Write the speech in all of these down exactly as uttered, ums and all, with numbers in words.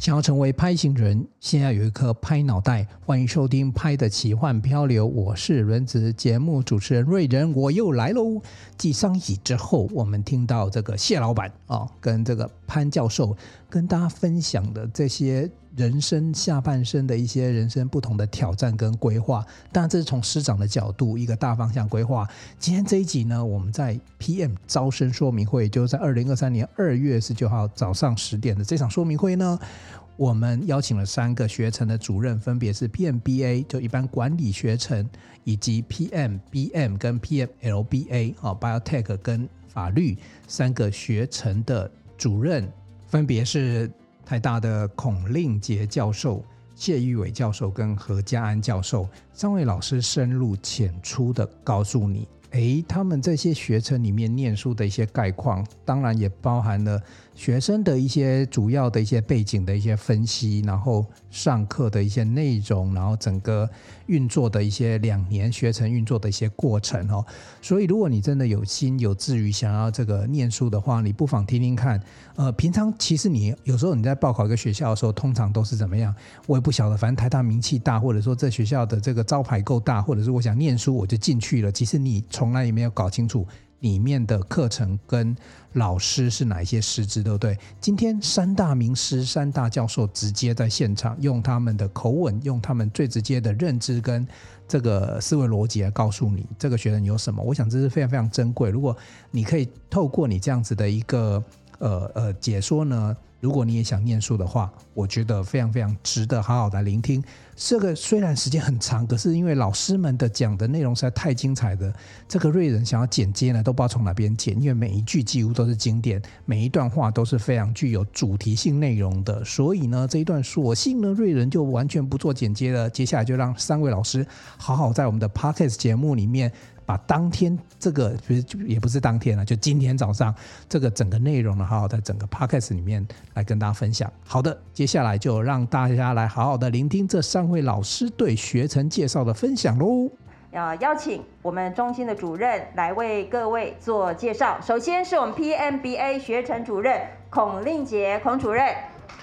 想要成为拍型人，现在有一颗拍脑袋，欢迎收听拍的奇幻漂流，我是轮子节目主持人瑞仁，我又来喽。继上一集之后，我们听到这个谢老板、哦、跟这个潘教授跟大家分享的这些人生下半生的一些人生不同的挑战跟规划，当然这是从师长的角度一个大方向规划。今天这一集呢，我们在 P M 招生说明会，就是在二零二三年二月十九号早上十点的这场说明会呢，我们邀请了三个学程的主任，分别是 P M B A 就一般管理学程，以及 P M B M 跟 P M L B A、哦、Biotech 跟法律三个学程的主任，分别是台大的孔令杰教授、谢玉伟教授跟何家安教授。三位老师深入浅出的告诉你，诶，他们这些学程里面念书的一些概况，当然也包含了学生的一些主要的一些背景的一些分析，然后上课的一些内容，然后整个运作的一些两年学程运作的一些过程、哦、所以如果你真的有心有志于想要这个念书的话，你不妨听听看。呃，平常其实你有时候你在报考一个学校的时候，通常都是怎么样，我也不晓得，反正台大名气大，或者说这学校的这个招牌够大，或者是我想念书我就进去了，其实你从来也没有搞清楚里面的课程跟老师是哪一些师资，对不对？今天三大名师、三大教授直接在现场，用他们的口吻，用他们最直接的认知跟这个思维逻辑来告诉你这个学生有什么。我想这是非常非常珍贵。如果你可以透过你这样子的一个呃呃解说呢，如果你也想念书的话，我觉得非常非常值得好好的聆听。这个虽然时间很长，可是因为老师们的讲的内容实在太精彩的，这个瑞仁想要剪接呢，都不知道从哪边剪，因为每一句几乎都是经典，每一段话都是非常具有主题性内容的，所以呢，这一段索性呢，瑞仁就完全不做剪接了。接下来就让三位老师好好在我们的 Podcast 节目里面，把当天这个也不是当天了，就今天早上这个整个内容呢，好好在整个 podcast 里面来跟大家分享。好的，接下来就让大家来好好的聆听这三位老师对学程介绍的分享喽。 要邀请我们中心的主任来为各位做介绍。首先是我们 P M B A 学程主任孔令杰孔主任。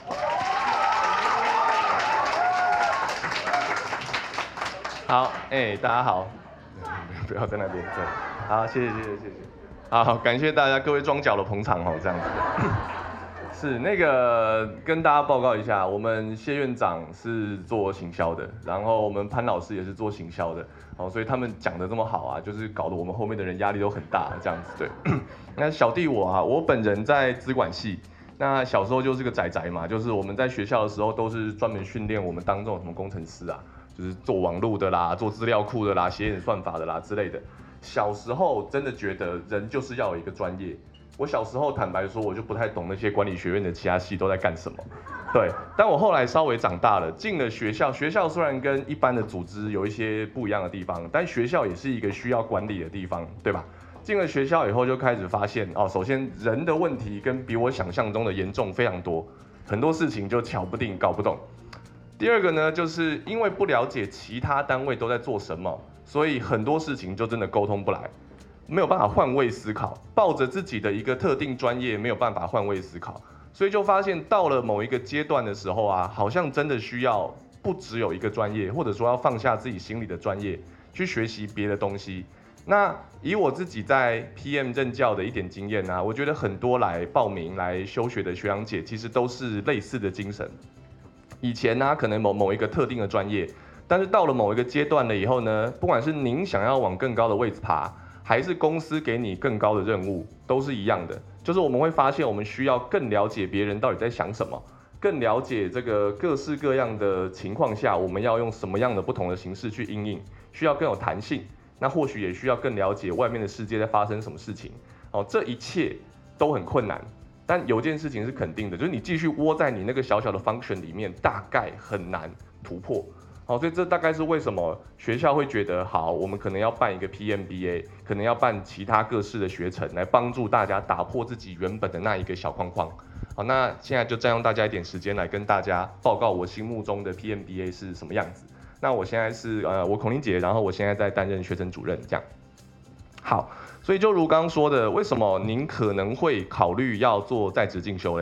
好，哎、欸，大家好。不要在那边，对，好，谢谢谢谢谢谢，好，感谢大家各位庄脚的捧场哦，这样子是那个跟大家报告一下，我们谢院长是做行销的，然后我们潘老师也是做行销的，哦，所以他们讲的这么好啊，就是搞得我们后面的人压力都很大，这样子对。那小弟我啊，我本人在资管系，那小时候就是个宅宅嘛，就是我们在学校的时候都是专门训练我们当这种什么工程师啊。就是做网路的啦，做资料库的啦，写演算法的啦之类的。小时候真的觉得人就是要有一个专业。我小时候坦白说，我就不太懂那些管理学院的其他系都在干什么。对，但我后来稍微长大了，进了学校。学校虽然跟一般的组织有一些不一样的地方，但学校也是一个需要管理的地方，对吧？进了学校以后就开始发现，哦，首先人的问题跟比我想象中的严重非常多，很多事情就瞧不定、搞不懂。第二个呢，就是因为不了解其他单位都在做什么，所以很多事情就真的沟通不来，没有办法换位思考，抱着自己的一个特定专业没有办法换位思考，所以就发现到了某一个阶段的时候啊，好像真的需要不只有一个专业，或者说要放下自己心里的专业，去学习别的东西。那以我自己在 P M 任教的一点经验啊，我觉得很多来报名来修学的学长姐，其实都是类似的精神。以前呢、啊，可能某某一个特定的专业，但是到了某一个阶段了以后呢，不管是您想要往更高的位置爬，还是公司给你更高的任务，都是一样的。就是我们会发现，我们需要更了解别人到底在想什么，更了解这个各式各样的情况下，我们要用什么样的不同的形式去因应，需要更有弹性。那或许也需要更了解外面的世界在发生什么事情。哦，这一切都很困难。但有件事情是肯定的，就是你继续窝在你那个小小的 function 里面，大概很难突破。好，所以这大概是为什么学校会觉得好，我们可能要办一个 P M B A， 可能要办其他各式的学程，来帮助大家打破自己原本的那一个小框框。好，那现在就占用大家一点时间来跟大家报告我心目中的 P M B A 是什么样子。那我现在是呃，我孔令杰，然后我现在在担任学生主任，这样。好。所以就如刚刚说的，为什么您可能会考虑要做在职进修嘞？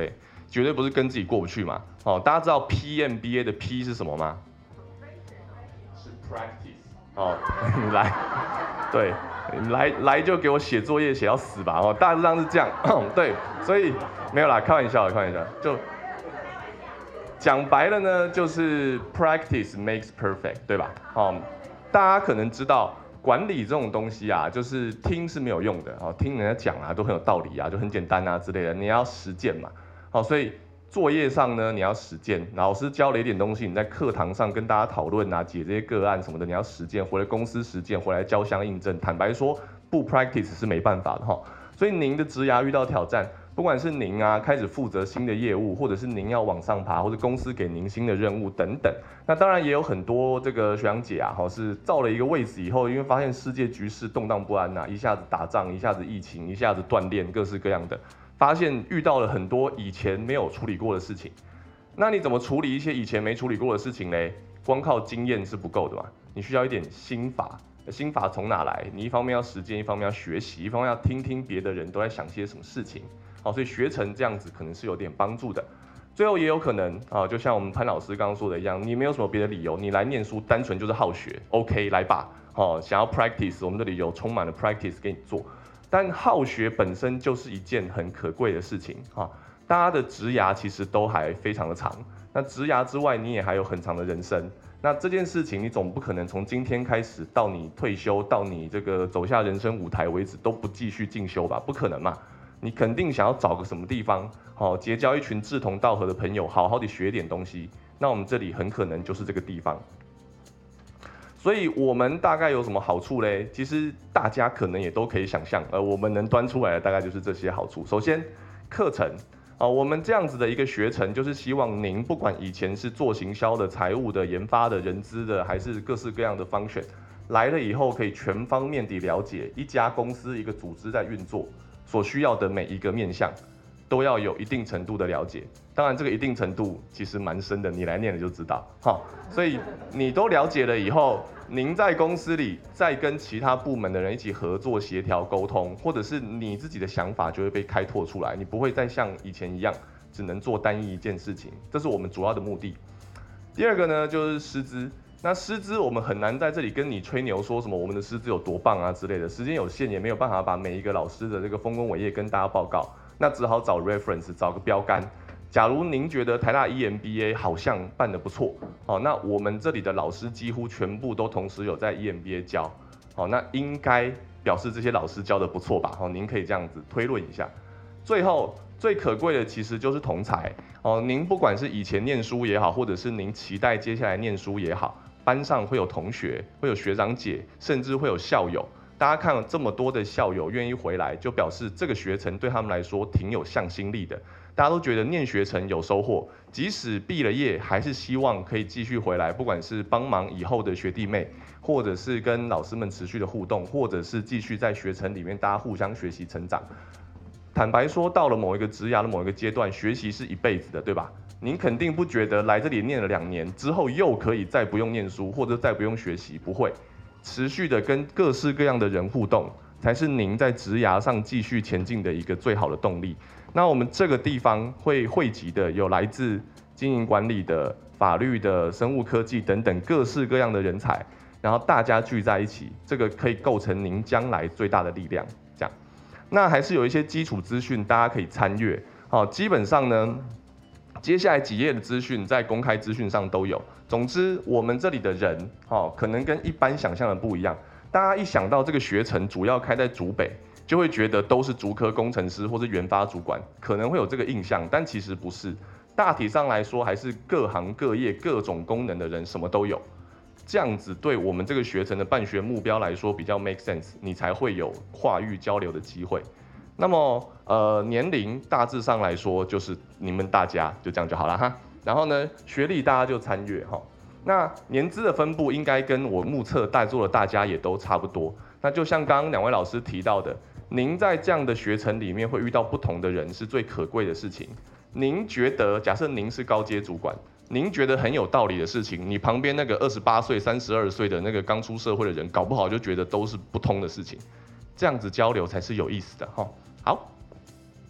绝对不是跟自己过不去嘛。哦，大家知道 P M B A 的 P 是什么吗？是 practice。哦，你来，对，你来来就给我写作业写到死吧。哦，大致上是这样。对，所以没有啦，开玩笑，开玩笑，就讲白了呢，就是 practice makes perfect， 对吧？哦，大家可能知道。管理这种东西啊，就是听是没有用的，哦，听人家讲啊，都很有道理啊，就很简单啊之类的，你要实践嘛，好，所以作业上呢，你要实践，老师教了一点东西，你在课堂上跟大家讨论啊，解这些个案什么的，你要实践，回来公司实践，回来交相印证。坦白说，不 practice 是没办法的哈。所以您的职涯遇到挑战，不管是您啊开始负责新的业务，或者是您要往上爬，或者公司给您新的任务等等。那当然也有很多这个学长姐啊，哈，是到了一个位置以后，因为发现世界局势动荡不安呐、啊，一下子打仗，一下子疫情，一下子锻炼，各式各样的，发现遇到了很多以前没有处理过的事情。那你怎么处理一些以前没处理过的事情嘞？光靠经验是不够的嘛，你需要一点心法。心法从哪来？你一方面要实践，一方面要学习，一方面要听听别的人都在想些什么事情。好，所以学成这样子可能是有点帮助的。最后也有可能啊，就像我们潘老师刚刚说的一样，你没有什么别的理由，你来念书单纯就是好学 ，OK， 来吧。哦，想要 practice， 我们这里有充满了 practice 给你做。但好学本身就是一件很可贵的事情啊。大家的职涯其实都还非常的长，那职涯之外，你也还有很长的人生。那这件事情，你总不可能从今天开始到你退休，到你这个走下人生舞台为止都不继续进修吧？不可能嘛。你肯定想要找个什么地方，好结交一群志同道合的朋友，好好的学点东西。那我们这里很可能就是这个地方。所以我们大概有什么好处嘞？其实大家可能也都可以想象，而我们能端出来的大概就是这些好处。首先，课程啊，我们这样子的一个学程，就是希望您不管以前是做行销的、财务的、研发的、人资的，还是各式各样的 function， 来了以后可以全方面地了解一家公司、一个组织在运作。所需要的每一个面向，都要有一定程度的了解。当然，这个一定程度其实蛮深的，你来念了就知道。好，所以你都了解了以后，您在公司里再跟其他部门的人一起合作、协调、沟通，或者是你自己的想法就会被开拓出来，你不会再像以前一样只能做单一一件事情。这是我们主要的目的。第二个呢，就是师资。那师资我们很难在这里跟你吹牛说什么我们的师资有多棒啊之类的，时间有限，也没有办法把每一个老师的这个丰功伟业跟大家报告，那只好找 reference， 找个标杆。假如您觉得台大 E M B A 好像办得不错，好，那我们这里的老师几乎全部都同时有在 E M B A 教，好，那应该表示这些老师教得不错吧？好，您可以这样子推论一下。最后最可贵的其实就是同侪哦，您不管是以前念书也好，或者是您期待接下来念书也好。班上会有同学，会有学长姐，甚至会有校友。大家看了这么多的校友愿意回来，就表示这个学程对他们来说挺有向心力的。大家都觉得念学程有收获，即使毕了业，还是希望可以继续回来，不管是帮忙以后的学弟妹，或者是跟老师们持续的互动，或者是继续在学程里面大家互相学习成长。坦白说，到了某一个职涯的某一个阶段，学习是一辈子的，对吧？您肯定不觉得来这里念了两年之后又可以再不用念书或者再不用学习，不会，持续的跟各式各样的人互动，才是您在职涯上继续前进的一个最好的动力。那我们这个地方会汇集的有来自经营管理的、法律的、生物科技等等各式各样的人才，然后大家聚在一起，这个可以构成您将来最大的力量。这样，那还是有一些基础资讯大家可以参阅。好，基本上呢。接下来几页的资讯在公开资讯上都有。总之，我们这里的人，哦，可能跟一般想象的不一样。大家一想到这个学程主要开在竹北，就会觉得都是竹科工程师或是研发主管，可能会有这个印象，但其实不是。大体上来说，还是各行各业各种功能的人什么都有。这样子对我们这个学程的办学目标来说比较 make sense， 你才会有跨域交流的机会。那么，呃，年龄大致上来说，就是你们大家就这样就好了哈。然后呢，学历大家就参阅哈。那年资的分布应该跟我目测在座的大家也都差不多。那就像刚刚两位老师提到的，您在这样的学程里面会遇到不同的人，是最可贵的事情。您觉得，假设您是高阶主管，您觉得很有道理的事情，你旁边那个二十八岁、三十二岁的那个刚出社会的人，搞不好就觉得都是不通的事情。这样子交流才是有意思的哈。好，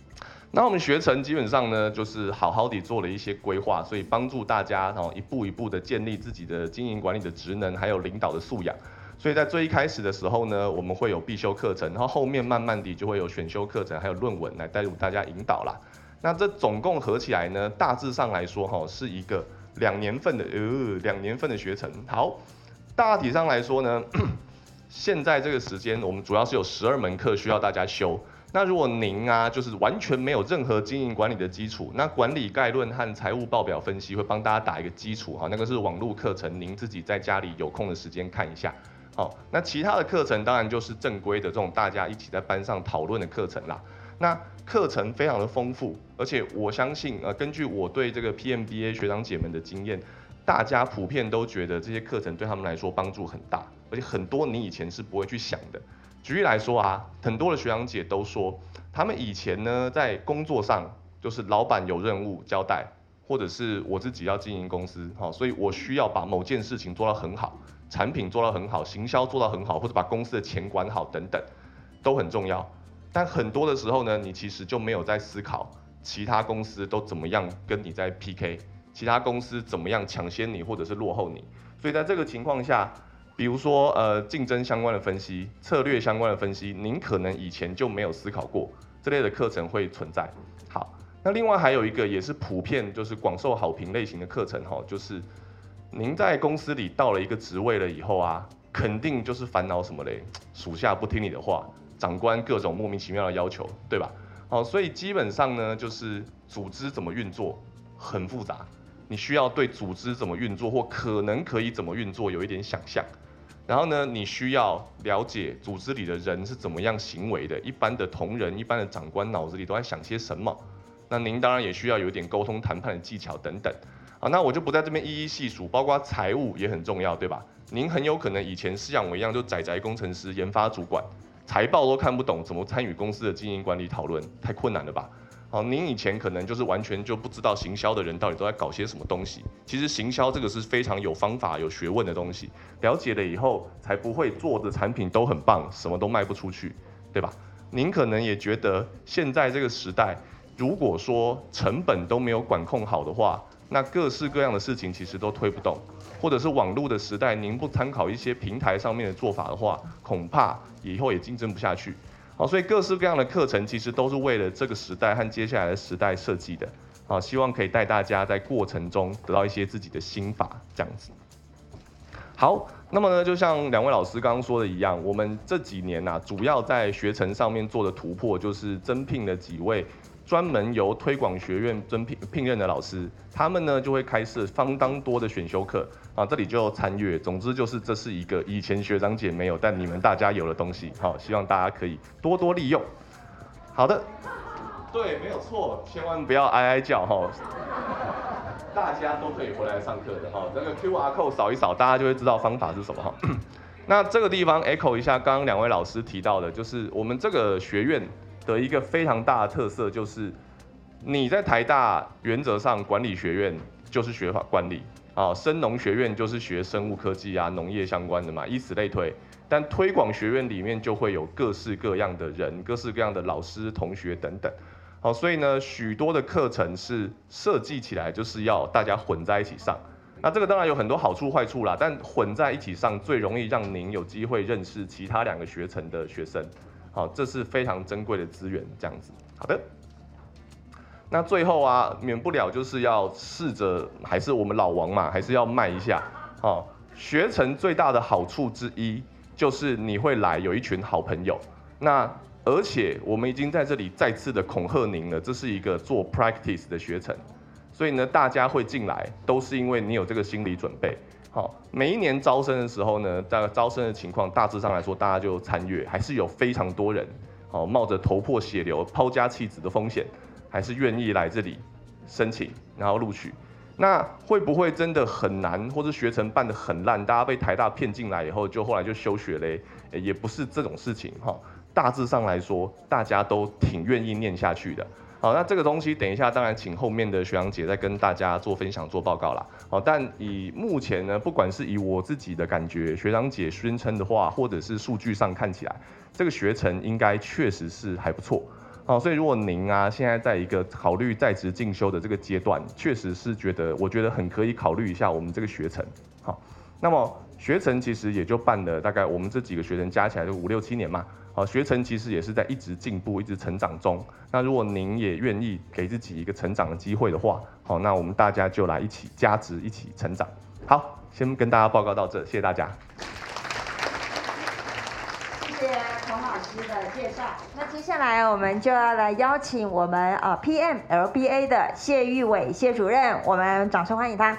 那我们学程基本上呢，就是好好地做了一些规划，所以帮助大家然后一步一步的建立自己的经营管理的职能，还有领导的素养。所以在最一开始的时候呢，我们会有必修课程，然后后面慢慢地就会有选修课程，还有论文来带入大家引导啦。那这总共合起来呢，大致上来说哈，是一个两年份的呃两年份的学程。好，大体上来说呢，现在这个时间我们主要是有十二门课需要大家修。那如果您啊，就是完全没有任何经营管理的基础，那管理概论和财务报表分析会帮大家打一个基础哈，那个是网络课程，您自己在家里有空的时间看一下。好，那其他的课程当然就是正规的这种大家一起在班上讨论的课程啦。那课程非常的丰富，而且我相信，呃，根据我对这个 P M B A 学长姐们的经验，大家普遍都觉得这些课程对他们来说帮助很大，而且很多你以前是不会去想的。举例来说啊，很多的学长姐都说，他们以前呢在工作上就是老板有任务交代，或者是我自己要经营公司，好，所以我需要把某件事情做到很好。产品做到很好，行销做到很好，或者把公司的钱管好等等，都很重要。但很多的时候呢，你其实就没有在思考其他公司都怎么样跟你在 P K， 其他公司怎么样抢先你或者是落后你。所以在这个情况下，比如说呃竞争相关的分析、策略相关的分析，您可能以前就没有思考过，这类的课程会存在。好，那另外还有一个也是普遍就是广受好评类型的课程哈，就是。您在公司里到了一个职位了以后啊，肯定就是烦恼什么嘞？属下不听你的话，长官各种莫名其妙的要求，对吧？好，所以基本上呢，就是组织怎么运作很复杂，你需要对组织怎么运作或可能可以怎么运作有一点想象。然后呢，你需要了解组织里的人是怎么样行为的，一般的同仁、一般的长官脑子里都在想些什么。那您当然也需要有一点沟通谈判的技巧等等。好，那我就不在这边一一细数，包括财务也很重要，对吧？您很有可能以前是像我一样，就宅宅工程师、研发主管，财报都看不懂，怎么参与公司的经营管理讨论？太困难了吧？好，您以前可能就是完全就不知道行销的人到底都在搞些什么东西。其实行销这个是非常有方法、有学问的东西，了解了以后才不会做的产品都很棒，什么都卖不出去，对吧？您可能也觉得现在这个时代，如果说成本都没有管控好的话，那各式各样的事情其实都推不动，或者是网络的时代，您不参考一些平台上面的做法的话，恐怕以后也竞争不下去。好，所以各式各样的课程其实都是为了这个时代和接下来的时代设计的。好，希望可以带大家在过程中得到一些自己的心法，这样子。好，那么呢，就像两位老师刚刚说的一样，我们这几年啊，主要在学程上面做的突破，就是增聘了几位专门由推广学院征聘聘任的老师，他们呢就会开设相当多的选修课啊，这里就参阅。总之就是这是一个以前学长姐没有，但你们大家有的东西，好，希望大家可以多多利用。好的，对，没有错，千万不要哀哀叫哈，大家都可以回来上课的哈。这个 Q R code 扫一扫，大家就会知道方法是什么哈。那这个地方 echo 一下刚刚两位老师提到的，就是我们这个学院的一个非常大的特色，就是你在台大原则上管理学院就是学法管理啊，生农学院就是学生物科技啊、农业相关的嘛，以此类推。但推广学院里面就会有各式各样的人、各式各样的老师、同学等等。好，所以呢，许多的课程是设计起来就是要大家混在一起上。那这个当然有很多好处坏处啦，但混在一起上最容易让您有机会认识其他两个学程的学生。好，这是非常珍贵的资源，这样子。好的，那最后啊，免不了就是要试着，还是我们老王嘛，还是要卖一下。好，学程最大的好处之一就是你会来有一群好朋友。那而且我们已经在这里再次的恐吓您了，这是一个做 practice 的学程，所以呢，大家会进来都是因为你有这个心理准备。好，每一年招生的时候呢，大概招生的情况大致上来说，大家就参阅，还是有非常多人，好，冒着头破血流、抛家弃子的风险，还是愿意来这里申请，然后录取。那会不会真的很难，或者学程办得很烂，大家被台大骗进来以后，就后来就休学嘞？也不是这种事情哈。大致上来说，大家都挺愿意念下去的。好，那这个东西等一下，当然请后面的学长姐再跟大家做分享、做报告啦。好，但以目前呢，不管是以我自己的感觉，学长姐宣称的话，或者是数据上看起来，这个学程应该确实是还不错。 哦，所以如果您啊现在在一个考虑在职进修的这个阶段，确实是觉得，我觉得很可以考虑一下我们这个学程。好，那么学程其实也就办了大概我们这几个学程加起来就五六七年嘛。好，学程其实也是在一直进步、一直成长中。那如果您也愿意给自己一个成长的机会的话，好，那我们大家就来一起加值，一起成长。好，先跟大家报告到这，谢谢大家。 谢谢孔老师的介绍。那接下来我们就要来邀请我们呃 P M L B A 的谢玉伟谢主任，我们掌声欢迎他。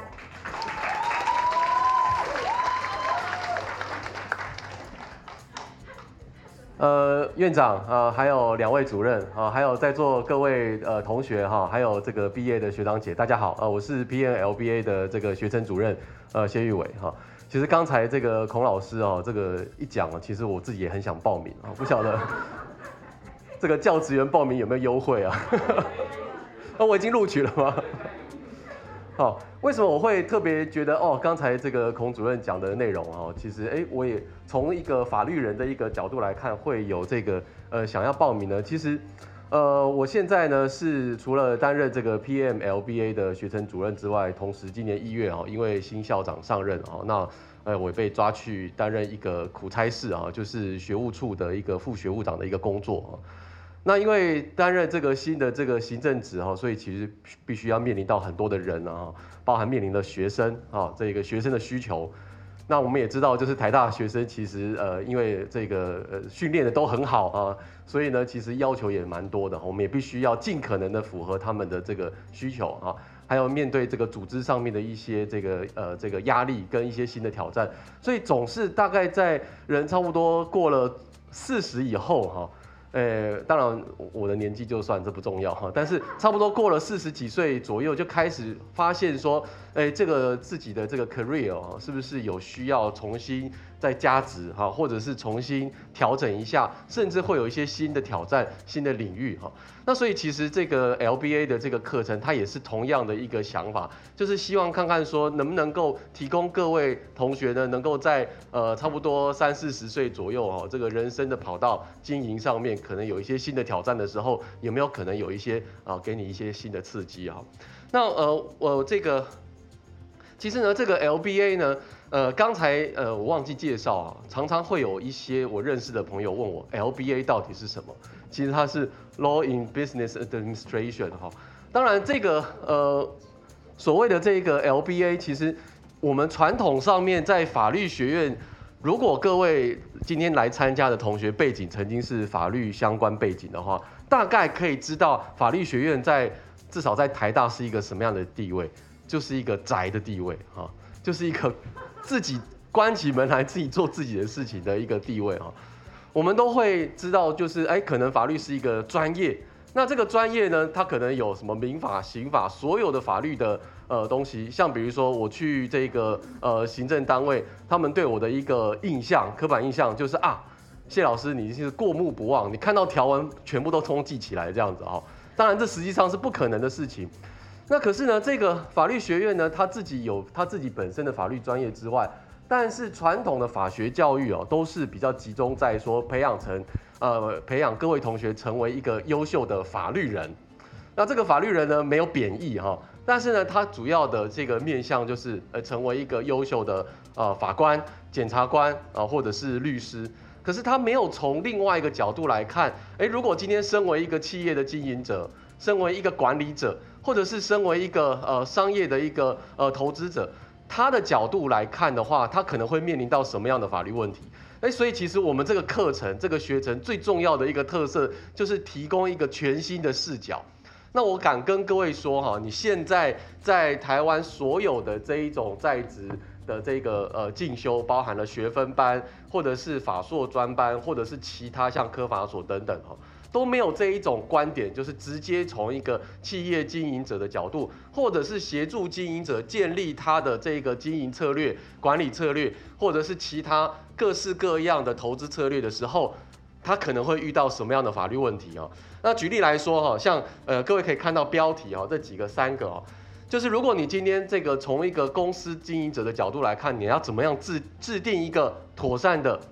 呃，院长啊、呃，还有两位主任啊、呃，还有在座各位呃同学哈、呃，还有这个毕业的学长姐，大家好，呃，我是 P M L B A 的这个学程主任呃谢玉伟哈。其实刚才这个孔老师哦，这个一讲啊，其实我自己也很想报名啊，不晓得这个教职员报名有没有优惠啊？哦，我已经录取了吗？好，为什么我会特别觉得哦，刚才这个孔主任讲的内容哦，其实哎，我也从一个法律人的一个角度来看，会有这个呃想要报名呢。其实，呃，我现在呢是除了担任这个 P M L B A 的学程主任之外，同时今年一月哦，因为新校长上任哦，那呃我被抓去担任一个苦差事啊，就是学务处的一个副学务长的一个工作啊。那因为担任这个新的这个行政职哈，所以其实必须要面临到很多的人啊，包含面临的学生啊，这个学生的需求。那我们也知道，就是台大学生其实呃，因为这个呃训练的都很好啊，所以呢，其实要求也蛮多的。我们也必须要尽可能的符合他们的这个需求啊，还有面对这个组织上面的一些这个呃这个压力跟一些新的挑战，所以总是大概在人差不多过了四十以后哈。呃，当然我的年纪就算这不重要哈，但是差不多过了四十几岁左右，就开始发现说，哎，这个自己的这个 career 啊，是不是有需要重新再加值哈，或者是重新调整一下，甚至会有一些新的挑战、新的领域哈。那所以其实这个 L B A 的这个课程，它也是同样的一个想法，就是希望看看说能不能够提供各位同学呢，能够在呃差不多三四十岁左右哈，这个人生的跑道经营上面，可能有一些新的挑战的时候，有没有可能有一些啊给你一些新的刺激啊？那呃我这个其实呢，这个 L B A 呢。呃，刚才呃我忘记介绍啊，常常会有一些我认识的朋友问我 L B A 到底是什么？其实它是 Law in Business Administration 哈。当然这个呃所谓的这个 L B A， 其实我们传统上面在法律学院，如果各位今天来参加的同学背景曾经是法律相关背景的话，大概可以知道法律学院在至少在台大是一个什么样的地位，就是一个宅的地位哈，就是一个。自己关起门来自己做自己的事情的一个地位啊，我们都会知道，就是哎，可能法律是一个专业，那这个专业呢，它可能有什么民法、刑法，所有的法律的呃东西，像比如说我去这个呃行政单位，他们对我的一个印象、刻板印象就是啊，谢老师你是过目不忘，你看到条文全部都通记起来这样子啊，当然这实际上是不可能的事情。那可是呢，这个法律学院呢，他自己有他自己本身的法律专业之外，但是传统的法学教育哦，都是比较集中在说培养成呃培养各位同学成为一个优秀的法律人。那这个法律人呢，没有贬义哈，但是呢，他主要的这个面向就是呃成为一个优秀的呃法官、检察官啊、呃，或者是律师。可是他没有从另外一个角度来看，哎，如果今天身为一个企业的经营者，身为一个管理者，或者是身为一个呃商业的一个呃投资者，他的角度来看的话，他可能会面临到什么样的法律问题？哎，所以其实我们这个课程、这个学程最重要的一个特色，就是提供一个全新的视角。那我敢跟各位说哈，你现在在台湾所有的这一种在职的这个呃进修，包含了学分班，或者是法硕专班，或者是其他像科法所等等哈。都没有这一种观点，就是直接从一个企业经营者的角度，或者是协助经营者建立他的这个经营策略、管理策略，或者是其他各式各样的投资策略的时候，他可能会遇到什么样的法律问题啊？那举例来说哈，像呃各位可以看到标题哈，这几个三个哦，就是如果你今天这个从一个公司经营者的角度来看，你要怎么样制制定一个妥善的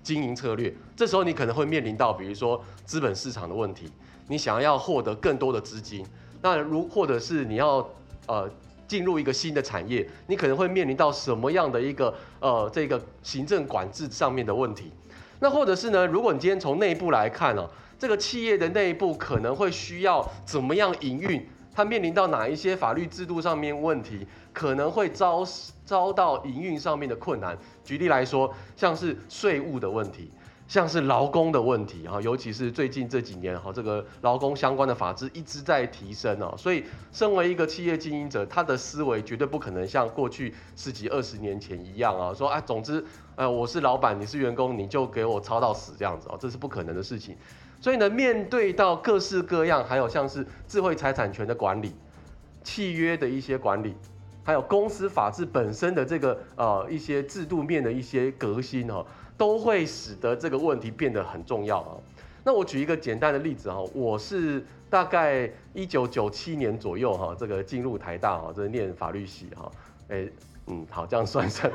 经营策略。这时候你可能会面临到，比如说资本市场的问题，你想要获得更多的资金，那如或者是你要呃进入一个新的产业，你可能会面临到什么样的一个呃这个行政管制上面的问题。那或者是呢，如果你今天从内部来看哦，这个企业的内部可能会需要怎么样营运，它面临到哪一些法律制度上面问题，可能会遭遭到营运上面的困难。举例来说，像是税务的问题，像是劳工的问题哈，尤其是最近这几年哈，这个劳工相关的法制一直在提升哦，所以身为一个企业经营者，他的思维绝对不可能像过去十几二十年前一样啊，说啊，总之，呃，我是老板，你是员工，你就给我操到死这样子哦，这是不可能的事情。所以呢，面对到各式各样，还有像是智慧财产权的管理、契约的一些管理，还有公司法治本身的这个呃一些制度面的一些革新哦，都会使得这个问题变得很重要啊。那我举一个简单的例子哈，我是大概一九九七年左右哈，这个进入台大哈，这是念法律系哈，哎嗯好，这样算算。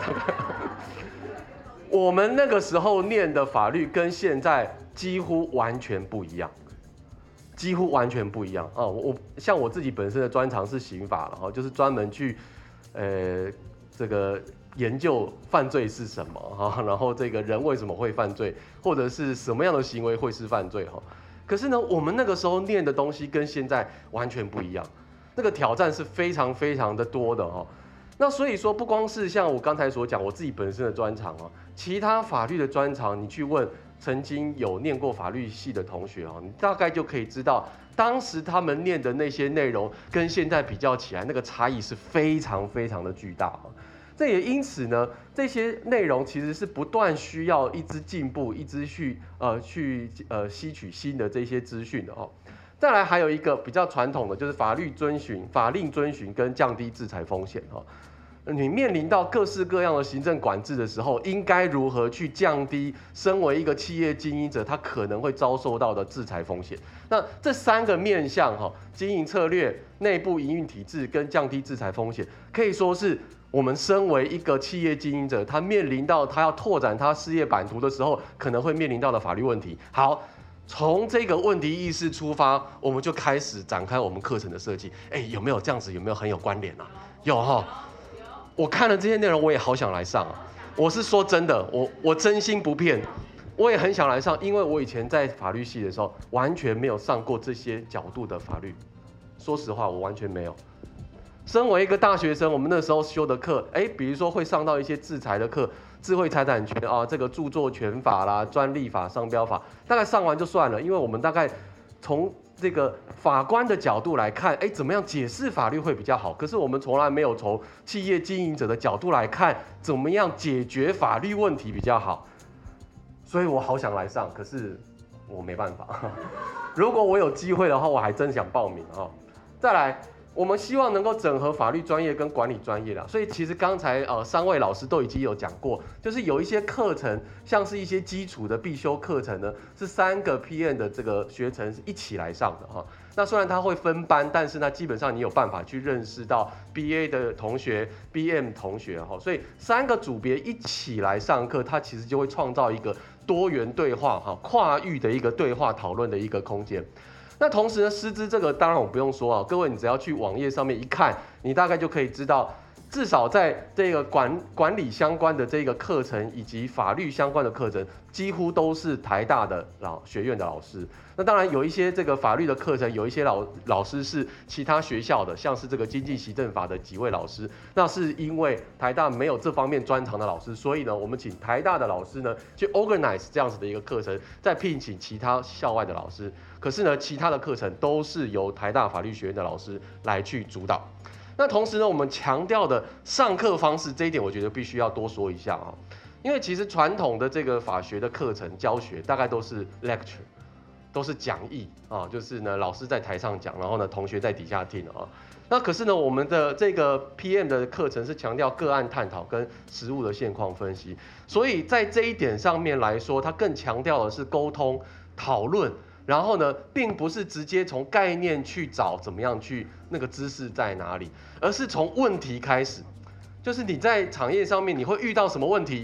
我们那个时候念的法律跟现在几乎完全不一样，几乎完全不一样啊！我像我自己本身的专长是刑法了哈，就是专门去，呃，这个研究犯罪是什么哈，然后这个人为什么会犯罪，或者是什么样的行为会是犯罪哈。可是呢，我们那个时候念的东西跟现在完全不一样，那个挑战是非常非常的多的哈。那所以说，不光是像我刚才所讲，我自己本身的专长啊，其他法律的专长，你去问曾经有念过法律系的同学啊，你大概就可以知道，当时他们念的那些内容跟现在比较起来，那个差异是非常非常的巨大啊。这也因此呢，这些内容其实是不断需要一直进步，一直去呃去呃吸取新的这些资讯的哦。再来还有一个比较传统的，就是法律遵循、法令遵循跟降低制裁风险哦。你面临到各式各样的行政管制的时候，应该如何去降低身为一个企业经营者他可能会遭受到的制裁风险？那这三个面向哈，经营策略、内部营运体制跟降低制裁风险，可以说是我们身为一个企业经营者，他面临到他要拓展他事业版图的时候，可能会面临到的法律问题。好，从这个问题意识出发，我们就开始展开我们课程的设计。哎，有没有这样子？有没有很有关联啊？有哈。我看了这些内容，我也好想来上啊！我是说真的，我我真心不骗，我也很想来上，因为我以前在法律系的时候，完全没有上过这些角度的法律。说实话，我完全没有。身为一个大学生，我们那时候修的课，哎，比如说会上到一些制裁的课，智慧财产权啊，这个著作权法啦、专利法、商标法，大概上完就算了，因为我们大概从这个法官的角度来看，哎，怎么样解释法律会比较好？可是我们从来没有从企业经营者的角度来看，怎么样解决法律问题比较好。所以我好想来上，可是我没办法。如果我有机会的话，我还真想报名啊。再来，我们希望能够整合法律专业跟管理专业啦，所以其实刚才呃三位老师都已经有讲过，就是有一些课程，像是一些基础的必修课程呢，是三个 P M 的这个学程是一起来上的哈。那虽然它会分班，但是呢，基本上你有办法去认识到 B A 的同学、B M 同学哈，所以三个组别一起来上课，它其实就会创造一个多元对话哈、跨域的一个对话讨论的一个空间。那同时呢，师资这个当然我不用说啊，各位你只要去网页上面一看，你大概就可以知道，至少在这个管管理相关的这个课程以及法律相关的课程，几乎都是台大的老学院的老师。那当然有一些这个法律的课程，有一些老老师是其他学校的，像是这个经济行政法的几位老师，那是因为台大没有这方面专长的老师，所以呢，我们请台大的老师呢去 organize 这样子的一个课程，再聘请其他校外的老师。可是呢，其他的课程都是由台大法律学院的老师来去主导。那同时呢，我们强调的上课方式这一点，我觉得必须要多说一下啊，因为其实传统的这个法学的课程教学大概都是 lecture， 都是讲义啊，就是呢老师在台上讲，然后呢同学在底下听啊。那可是呢，我们的这个 P M 的课程是强调个案探讨跟实务的现况分析，所以在这一点上面来说，它更强调的是沟通讨论。然后呢，并不是直接从概念去找怎么样去那个知识在哪里，而是从问题开始，就是你在产业上面你会遇到什么问题，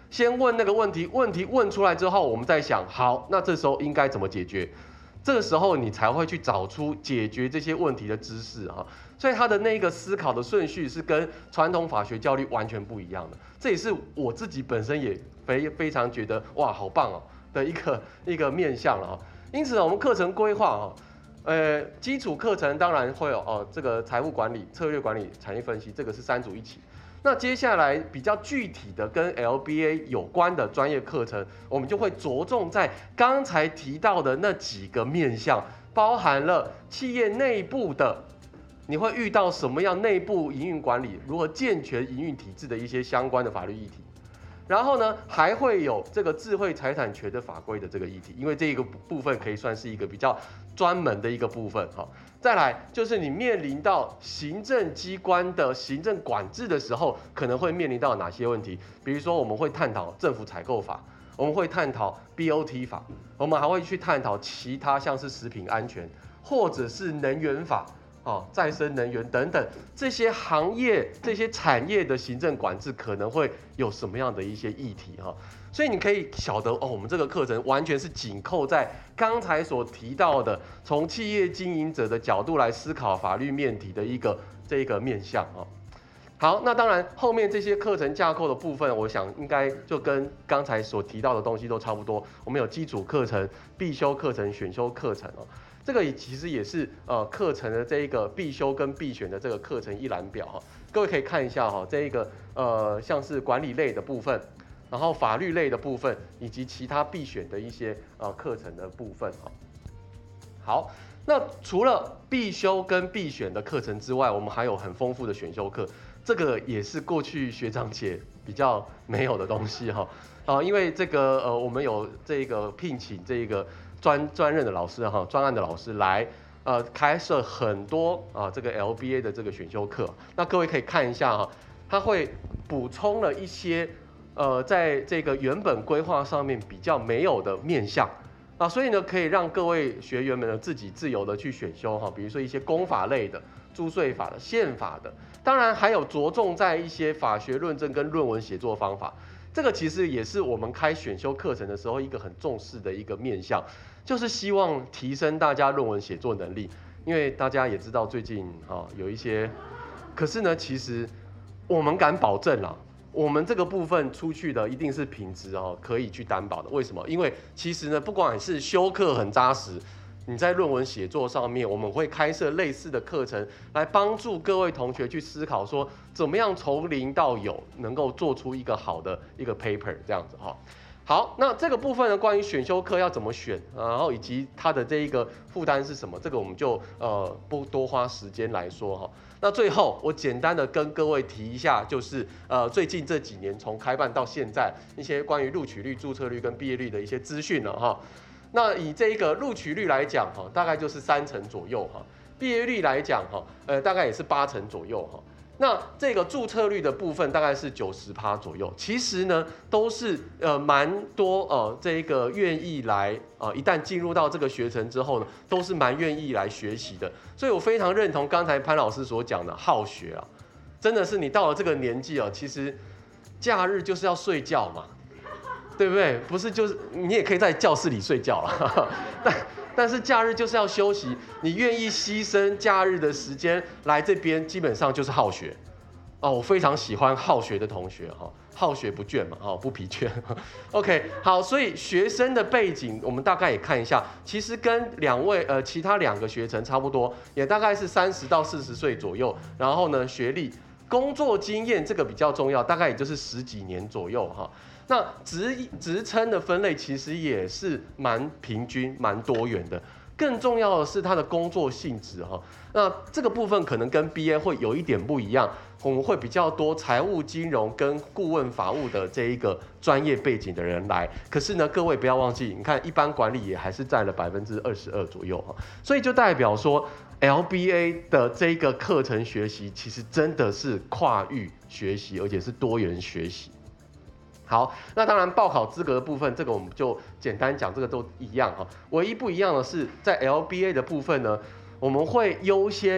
先问那个问题，问题问出来之后，我们再想，好，那这时候应该怎么解决？这个时候你才会去找出解决这些问题的知识啊。所以他的那个思考的顺序是跟传统法学教育完全不一样的。这也是我自己本身也非非常觉得哇，好棒哦的一个一个面向了啊。因此呢，我们课程规划啊。呃，基础课程当然会有哦，这个财务管理、策略管理、产业分析，这个是三组一起。那接下来比较具体的跟 L B A 有关的专业课程，我们就会着重在刚才提到的那几个面向，包含了企业内部的，你会遇到什么样内部营运管理、如何健全营运体制的一些相关的法律议题。然后呢，还会有这个智慧财产权的法规的这个议题，因为这个部分可以算是一个比较专门的一个部分哈。再来就是你面临到行政机关的行政管制的时候，可能会面临到哪些问题？比如说我们会探讨政府采购法，我们会探讨 B O T 法，我们还会去探讨其他像是食品安全或者是能源法。哦，再生能源等等这些行业、这些产业的行政管制可能会有什么样的一些议题哈？所以你可以晓得哦，我们这个课程完全是紧扣在刚才所提到的，从企业经营者的角度来思考法律面题的一个这一个面向啊。好，那当然后面这些课程架构的部分，我想应该就跟刚才所提到的东西都差不多。我们有基础课程、必修课程、选修课程哦。这个其实也是呃课程的这一个必修跟必选的这个课程一览表哈，各位可以看一下哈，这一个呃像是管理类的部分，然后法律类的部分，以及其他必选的一些呃课程的部分哈。好，那除了必修跟必选的课程之外，我们还有很丰富的选修课，这个也是过去学长姐比较没有的东西哈啊，因为这个呃我们有这个聘请这个。专专任的老师哈，专案的老师来，呃，开设很多啊这个 L B A 的这个选修课，那各位可以看一下哈，他会补充了一些呃在这个原本规划上面比较没有的面向啊，所以呢可以让各位学员们呢自己自由的去选修哈，比如说一些公法类的、租税法的、宪法的，当然还有着重在一些法学论证跟论文写作方法。这个其实也是我们开选修课程的时候一个很重视的一个面向，就是希望提升大家论文写作能力。因为大家也知道最近啊有一些，可是呢，其实我们敢保证啦，我们这个部分出去的一定是品质哦可以去担保的。为什么？因为其实呢，不管是修课很扎实。你在论文写作上面，我们会开设类似的课程，来帮助各位同学去思考说，怎么样从零到有，能够做出一个好的一个 paper 这样子哈。好，那这个部分呢，关于选修课要怎么选，然后以及它的这一个负担是什么，这个我们就呃不多花时间来说哈。那最后我简单的跟各位提一下，就是呃最近这几年从开办到现在一些关于录取率、注册率跟毕业率的一些资讯了哈。那以这一个录取率来讲，哈，大概就是三成左右，哈。毕业率来讲，哈，呃，大概也是八成左右，哈。那这个注册率的部分大概是九十趴左右。其实呢，都是呃蛮多呃这个愿意来呃一旦进入到这个学程之后呢，都是蛮愿意来学习的。所以我非常认同刚才潘老师所讲的好学啊，真的是你到了这个年纪啊，其实假日就是要睡觉嘛。对不对？不是，就是你也可以在教室里睡觉了，但但是假日就是要休息。你愿意牺牲假日的时间来这边，基本上就是好学哦。我非常喜欢好学的同学哈，好学不倦嘛，哦不疲倦。OK， 好，所以学生的背景我们大概也看一下，其实跟两位呃其他两个学程差不多，也大概是三十到四十岁左右。然后呢，学历、工作经验这个比较重要，大概也就是十几年左右哈。那职职称的分类其实也是蛮平均、蛮多元的。更重要的是它的工作性质哈。那这个部分可能跟 B A 会有一点不一样，我们会比较多财务、金融跟顾问法务的这一个专业背景的人来。可是呢，各位不要忘记，你看一般管理也还是占了百分之二十二左右哈。所以就代表说 ，L B A 的这个课程学习其实真的是跨域学习，而且是多元学习。好，那当然报考资格的部分，这个我们就简单讲，这个都一样哈。唯一不一样的是，在 L B A 的部分呢，我们会优先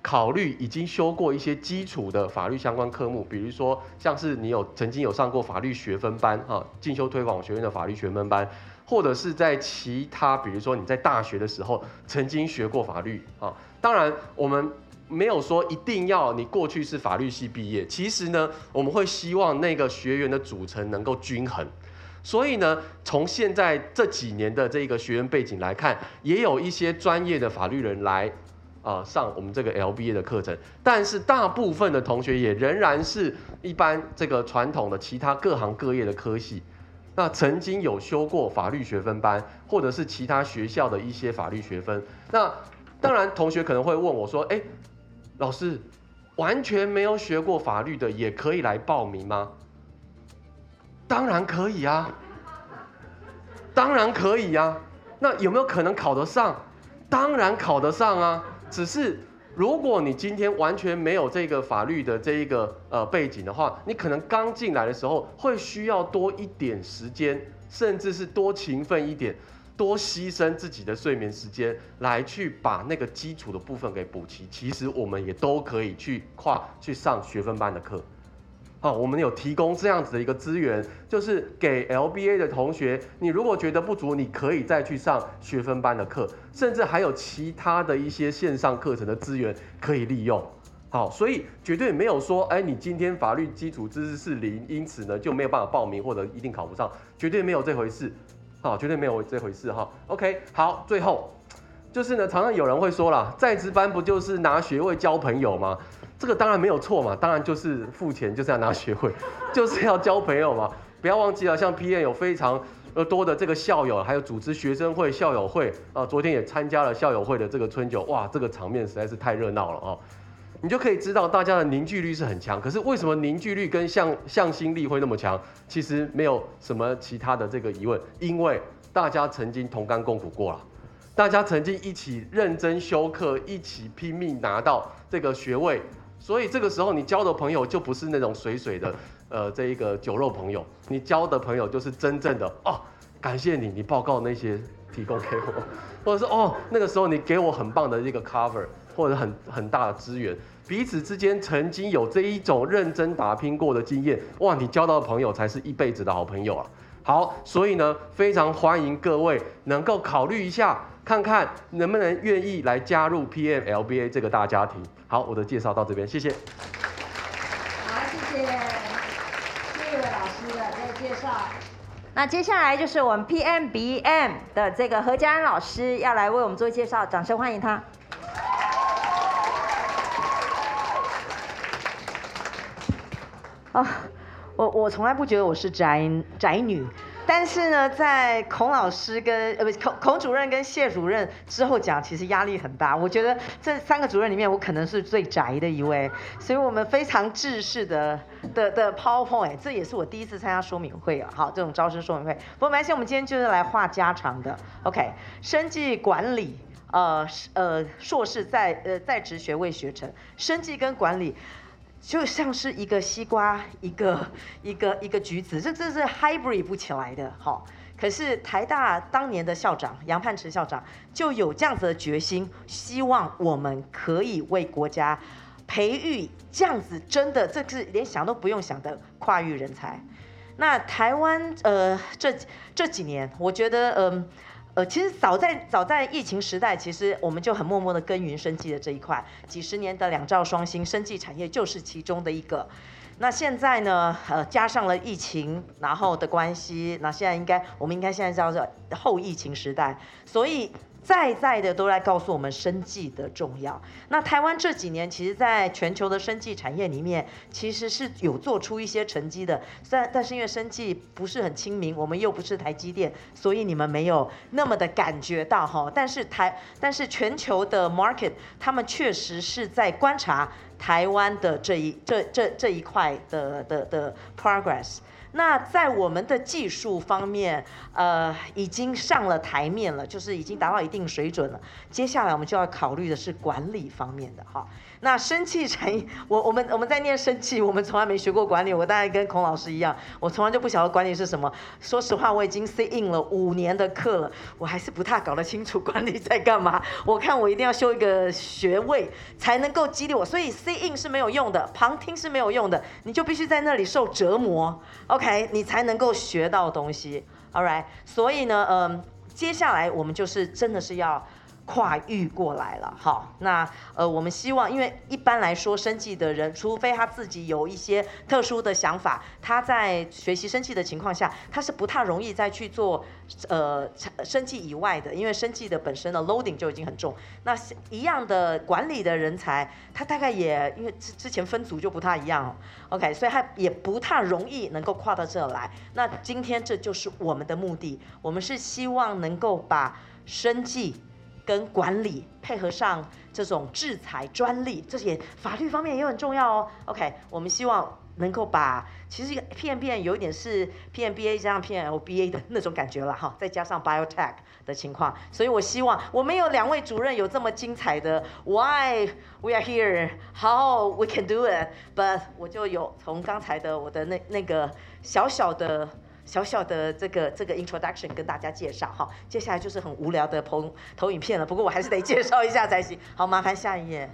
考虑已经修过一些基础的法律相关科目，比如说像是你有曾经有上过法律学分班啊，进修推广学院的法律学分班，或者是在其他，比如说你在大学的时候曾经学过法律啊。当然，我们没有说一定要你过去是法律系毕业，其实呢，我们会希望那个学员的组成能够均衡。所以呢，从现在这几年的这个学员背景来看，也有一些专业的法律人来呃上我们这个 L B A 的课程，但是大部分的同学也仍然是一般这个传统的其他各行各业的科系。那曾经有修过法律学分班，或者是其他学校的一些法律学分。那当然，同学可能会问我说：“哎，老师，完全没有学过法律的也可以来报名吗？”当然可以啊，当然可以啊。那有没有可能考得上？当然考得上啊。只是如果你今天完全没有这个法律的这一个呃背景的话，你可能刚进来的时候会需要多一点时间，甚至是多勤奋一点，多牺牲自己的睡眠时间来去把那个基础的部分给补齐。其实我们也都可以去跨去上学分班的课。好，我们有提供这样子的一个资源，就是给 L B A 的同学，你如果觉得不足，你可以再去上学分班的课，甚至还有其他的一些线上课程的资源可以利用。好，所以绝对没有说，哎，你今天法律基础知识是零，因此呢就没有办法报名或者一定考不上，绝对没有这回事。好，绝对没有这回事哈。OK， 好，最后就是呢，常常有人会说啦，在职班不就是拿学位交朋友吗？这个当然没有错嘛，当然就是付钱就是要拿学位，就是要交朋友嘛。不要忘记了，像 P M 有非常多的这个校友，还有组织学生会、校友会啊。昨天也参加了校友会的这个春酒，哇，这个场面实在是太热闹了啊！你就可以知道大家的凝聚力是很强。可是为什么凝聚力跟向向心力会那么强？其实没有什么其他的这个疑问，因为大家曾经同甘共苦过了。大家曾经一起认真修课，一起拼命拿到这个学位。所以这个时候你交的朋友就不是那种水水的，呃，这一个酒肉朋友，你交的朋友就是真正的哦，感谢你，你报告那些提供给我，或者是哦，那个时候你给我很棒的一个 cover， 或者很很大的资源，彼此之间曾经有这一种认真打拼过的经验，哇，你交到的朋友才是一辈子的好朋友啊。好，所以呢，非常欢迎各位能够考虑一下，看看能不能愿意来加入 P M L B A 这个大家庭。好，我的介绍到这边，谢谢。 好，谢谢谢伟老师的这个介绍。那接下来就是我们 P M B M 的这个何家安老师要来为我们做介绍，掌声欢迎他。 啊，我我从来不觉得我是宅宅女。但是呢，在孔老师跟呃不孔孔主任跟谢主任之后讲，其实压力很大。我觉得这三个主任里面，我可能是最宅的一位，所以我们非常制式的的的 PowerPoint， 这也是我第一次参加说明会啊。好，这种招生说明会。不过没关系，我们今天就是来话家常的。OK， 生技管理，呃呃硕士在呃在职学位学程，生技跟管理。就像是一个西瓜，一个一个一个橘子，这这是 hybrid 不起来的，好。可是台大当年的校长杨泮池校长就有这样子的决心，希望我们可以为国家培育这样子真的，这是连想都不用想的跨域人才。那台湾呃这这几年，我觉得嗯。呃呃，其实早在早在疫情时代，其实我们就很默默的耕耘生技的这一块，几十年的两兆双星，生技产业就是其中的一个。那现在呢，呃，加上了疫情然后的关系，那现在应该我们应该现在叫做后疫情时代，所以在在的都来告诉我们生技的重要。那台湾这几年其实在全球的生技产业里面，其实是有做出一些成绩的。但但是因为生技不是很亲民，我们又不是台积电，所以你们没有那么的感觉到哈。但是台但是全球的 market， 他们确实是在观察台湾的这一这这这一块的的的 progress。 那在我们的技术方面，呃，已经上了台面了，就是已经达到一定水准了。接下来我们就要考虑的是管理方面的哈。那生技产业，我我们我们在念生技，我们从来没学过管理。我大概跟孔老师一样，我从来就不晓得管理是什么。说实话，我已经 sit in 了五年的课了，我还是不太搞得清楚管理在干嘛。我看我一定要修一个学位才能够激励我，所以 sit in 是没有用的，旁听是没有用的，你就必须在那里受折磨 ，OK， 你才能够学到东西。All right， 所以呢，嗯，接下来我们就是真的是要跨域过来了，好，那呃，我们希望，因为一般来说，生技的人，除非他自己有一些特殊的想法，他在学习生技的情况下，他是不太容易再去做呃生技以外的，因为生技的本身的 loading 就已经很重。那一样的管理的人才，他大概也因为之之前分组就不太一样 ，OK， 所以他也不太容易能够跨到这来。那今天这就是我们的目的，我们是希望能够把生技跟管理配合上这种制裁专利，这些法律方面也很重要哦。OK， 我们希望能够把，其实 P M B A 有一点是 P M B A 加上 P M L B A 的那种感觉了哈，再加上 biotech 的情况，所以我希望我们有两位主任有这么精彩的 Why we are here, how we can do it， but 我就有从刚才的我的那那个小小的。小小的这个这个 introduction 跟大家介绍哈，接下来就是很无聊的投投影片了，不过我还是得介绍一下才行。好，麻烦下一页。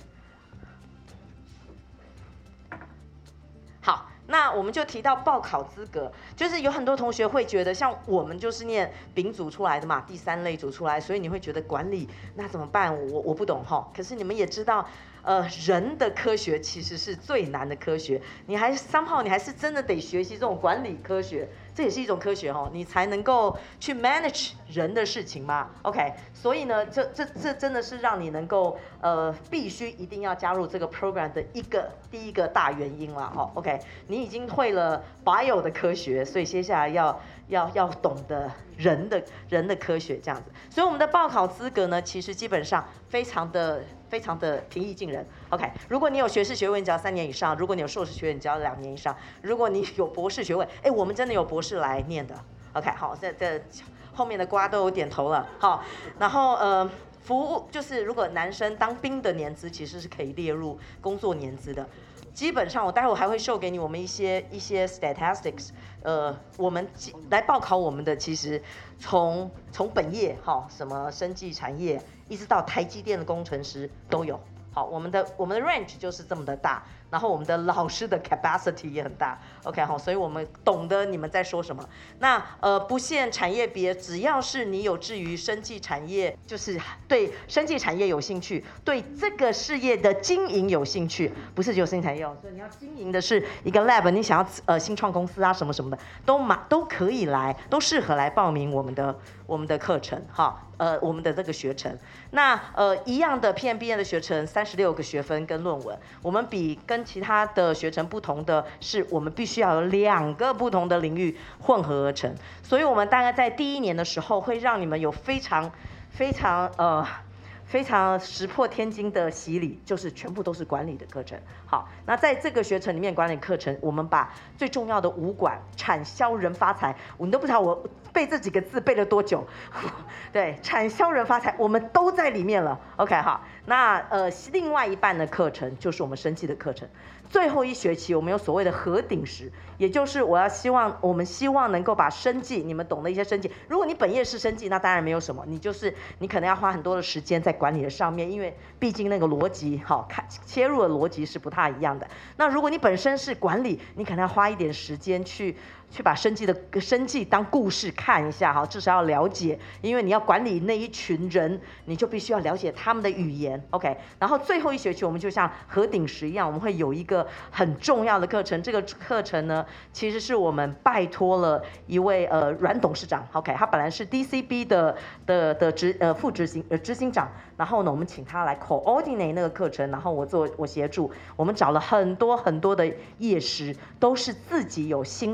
好，那我们就提到报考资格，就是有很多同学会觉得，像我们就是念丙组出来的嘛，第三类组出来，所以你会觉得管理那怎么办？我我不懂哈。可是你们也知道。呃，人的科学其实是最难的科学，你还somehow你还是真的得学习这种管理科学，这也是一种科学哦，你才能够去 manage 人的事情嘛 ，OK， 所以呢，这这这真的是让你能够呃必须一定要加入这个 program 的一个第一个大原因了哦 ，OK， 你已经会了 bio 的科学，所以接下来要要要懂得人的人的科学这样子，所以我们的报考资格呢，其实基本上非常的。非常的平易近人 ，OK。如果你有学士学位，你只要三年以上；如果你有硕士学位，你只要两年以上；如果你有博士学位，哎，我们真的有博士来念的 ，OK。好，这这后面的瓜都有点头了，好。然后呃，服务就是如果男生当兵的年资其实是可以列入工作年资的。基本上，我待会还会秀给你我们一些一些 statistics， 呃，我们来报考我们的，其实从从本业哈，什么生技产业，一直到台积电的工程师都有。好，我们的我们的 range 就是这么的大，然后我们的老师的 capacity 也很大 ，OK 好，所以我们懂得你们在说什么。那呃不限产业别，只要是你有志于生技产业，就是对生技产业有兴趣，对这个事业的经营有兴趣，不是只有生技产业哦，所以你要经营的是一个 lab， 你想要呃新创公司啊什么什么的，都马都可以来，都适合来报名我们的我们的课程哈。呃，我们的这个学程，那呃一样的 P M B A 的学程，三十六个学分跟论文，我们比跟其他的学程不同的是，我们必须要有两个不同的领域混合而成，所以我们大概在第一年的时候，会让你们有非常非常呃。非常石破天惊的洗礼，就是全部都是管理的课程。好，那在这个学程里面，管理课程我们把最重要的五管产销人发财，你都不知道我背这几个字背了多久。对，产销人发财我们都在里面了。OK， 好，那呃另外一半的课程就是我们生技的课程。最后一学期我们有所谓的核顶时，也就是我要希望我们希望能够把生技，你们懂的一些生技，如果你本业是生技，那当然没有什么，你就是你可能要花很多的时间在管理的上面，因为毕竟那个逻辑好看切入的逻辑是不太一样的。那如果你本身是管理，你可能要花一点时间去去把生技的生技当故事看一下哈，至少要了解，因为你要管理那一群人，你就必须要了解他们的语言 ，OK。然后最后一学期我们就像核顶时一样，我们会有一个很重要的课程，这个课程呢，其实是我们拜托了一位呃阮董事长 ，OK， 他本来是 D C B 的的的执呃副执行呃执行长，然后呢，我们请他来 coordinate 那个课程，然后我做我协助，我们找了很多很多的业师，都是自己有新创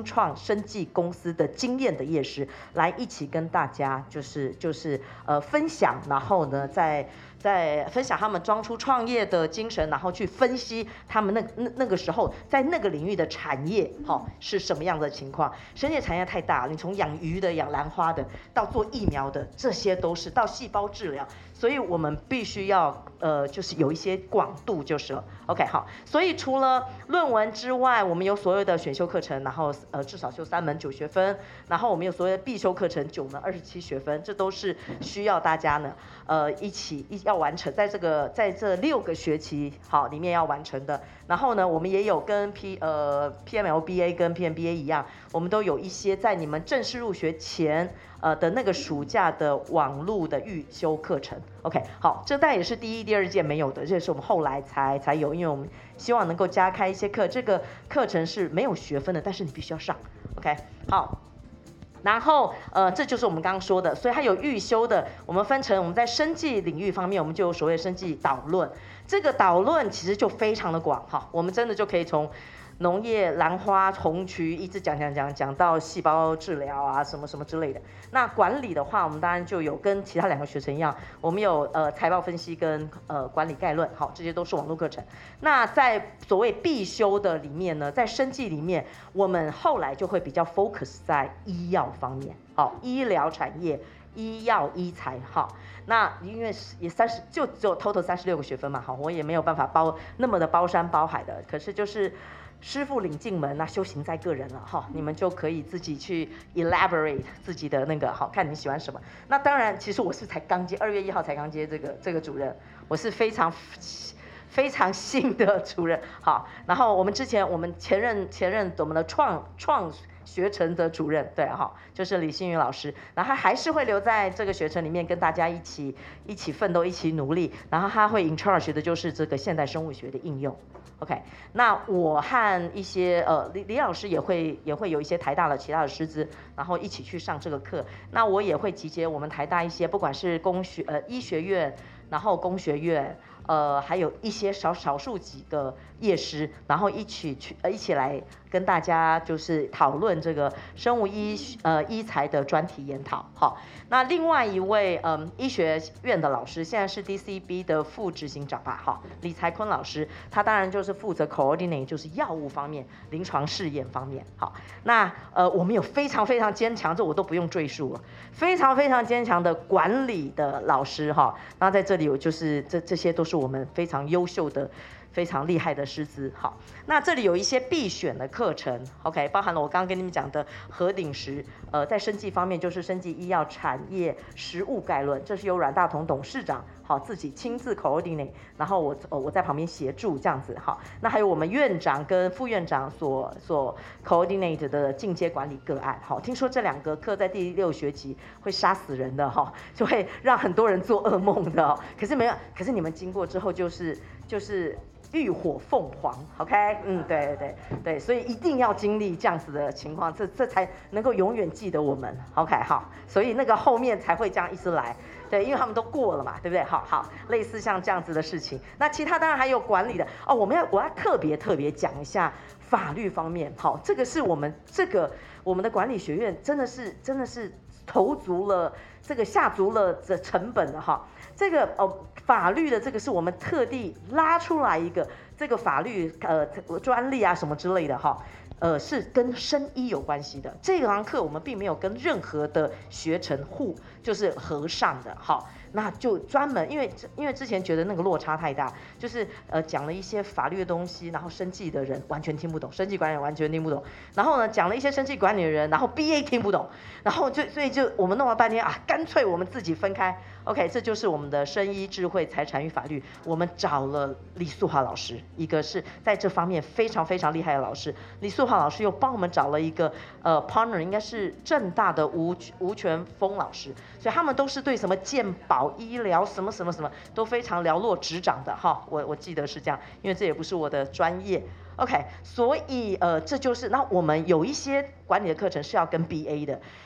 生技公司的经验的业师来一起跟大家就是就是呃分享，然后呢再再分享他们当初创业的精神，然后去分析他们那那那个时候在那个领域的产业哈、哦、是什么样的情况。生技产业太大了，你从养鱼的、养兰花的到做疫苗的，这些都是到细胞治疗，所以我们必须要呃就是有一些广度就是了。OK 好，所以除了论文之外，我们有所有的选修课程，然后呃至少修三门九学分，然后我们有所有的必修课程九门二十七学分，这都是需要大家呢呃一起一要完成，在这个在这六个学期好里面要完成的。然后呢，我们也有跟 P 呃 P M L B A 跟 P M B A 一样，我们都有一些在你们正式入学前呃的那个暑假的网络的预修课程。OK 好，这当然也是第一第二届没有的，这也是我们后来才才有，因为我们希望能够加开一些课，这个课程是没有学分的，但是你必须要上。OK 好。然后，呃，这就是我们刚刚说的，所以它有预修的，我们分成我们在生技领域方面，我们就有所谓生技导论，这个导论其实就非常的广哈，我们真的就可以从农业、兰花、红曲一直讲讲讲讲到细胞治疗啊，什么什么之类的。那管理的话，我们当然就有跟其他两个学程一样，我们有呃财报分析跟呃管理概论，好，这些都是网络课程。那在所谓必修的里面呢，在生技里面，我们后来就会比较 focus 在医药方面，好，医疗产业。医药医材哈，那因为也三十就只有 total 三十六个学分嘛，好，我也没有办法包那么的包山包海的，可是就是师傅领进门，那修行在个人了哈，你们就可以自己去 elaborate 自己的那个好，看你喜欢什么。那当然，其实我是才刚接，二月一号才刚接这个这个主任，我是非常非常新的主任，好，然后我们之前我们前任前任我们的创创。学程的主任，对哈，就是李新宇老师，然后他还是会留在这个学程里面跟大家一起一起奋斗，一起努力，然后他会 in charge 的就是这个现代生物学的应用。OK， 那我和一些呃李李老师也会也会有一些台大的其他的师资，然后一起去上这个课。那我也会集结我们台大一些不管是工学呃医学院，然后工学院。呃，还有一些少少数几个业师，然后一起去呃一起来跟大家就是讨论这个生物医呃医材的专题研讨。好，那另外一位嗯医学院的老师，现在是 D C B 的副执行长吧，好，李才坤老师，他当然就是负责 coordinate 就是药物方面、临床试验方面。好，那呃我们有非常非常坚强，这我都不用赘述了，非常非常坚强的管理的老师哈。那在这里我就是这这些都是。我们非常优秀的、非常厉害的师资。好，那这里有一些必选的课程 ，OK， 包含了我刚刚跟你们讲的核鼎石，呃，在生技方面就是生技医药产业实务概论，这是由阮大同董事长好自己亲自 coordinate， 然后我我在旁边协助这样子。好，那还有我们院长跟副院长所所 coordinate 的进阶管理个案。好，听说这两个课在第六学期会杀死人的哈，就会让很多人做噩梦的哦。可是没有，可是你们经过之后就是就是浴火凤凰 ，OK， 嗯，对对对对，所以一定要经历这样子的情况，这这才能够永远记得我们 ，OK， 好，所以那个后面才会这样一直来。对，因为他们都过了嘛，对不对？好好，类似像这样子的事情。那其他当然还有管理的哦，我们要我要特别特别讲一下法律方面。好，这个是我们这个我们的管理学院真的是真的是投足了这个下足了这成本的哈。这个哦法律的这个是我们特地拉出来一个这个法律呃专利啊什么之类的哈。呃，是跟生医有关系的。这堂课我们并没有跟任何的学程互就是合上的，好，那就专门因为因为之前觉得那个落差太大，就是呃讲了一些法律的东西，然后生技的人完全听不懂，生技管理人完全听不懂，然后呢讲了一些生技管理的人，然后 B A 听不懂，然后就所以就我们弄了半天啊，干脆我们自己分开。OK， 这就是我们的生医智慧财产与法律，我们找了李素华老师，一个是在这方面非常非常厉害的老师，李素华老师又帮我们找了一个呃 partner， 应该是政大的吴吴全峰老师，所以他们都是对什么健保医疗什么什么什么都非常了若指掌的哈，我我记得是这样，因为这也不是我的专业。OK， 所以呃这就是那我们有一些管理的课程是要跟 B A 的。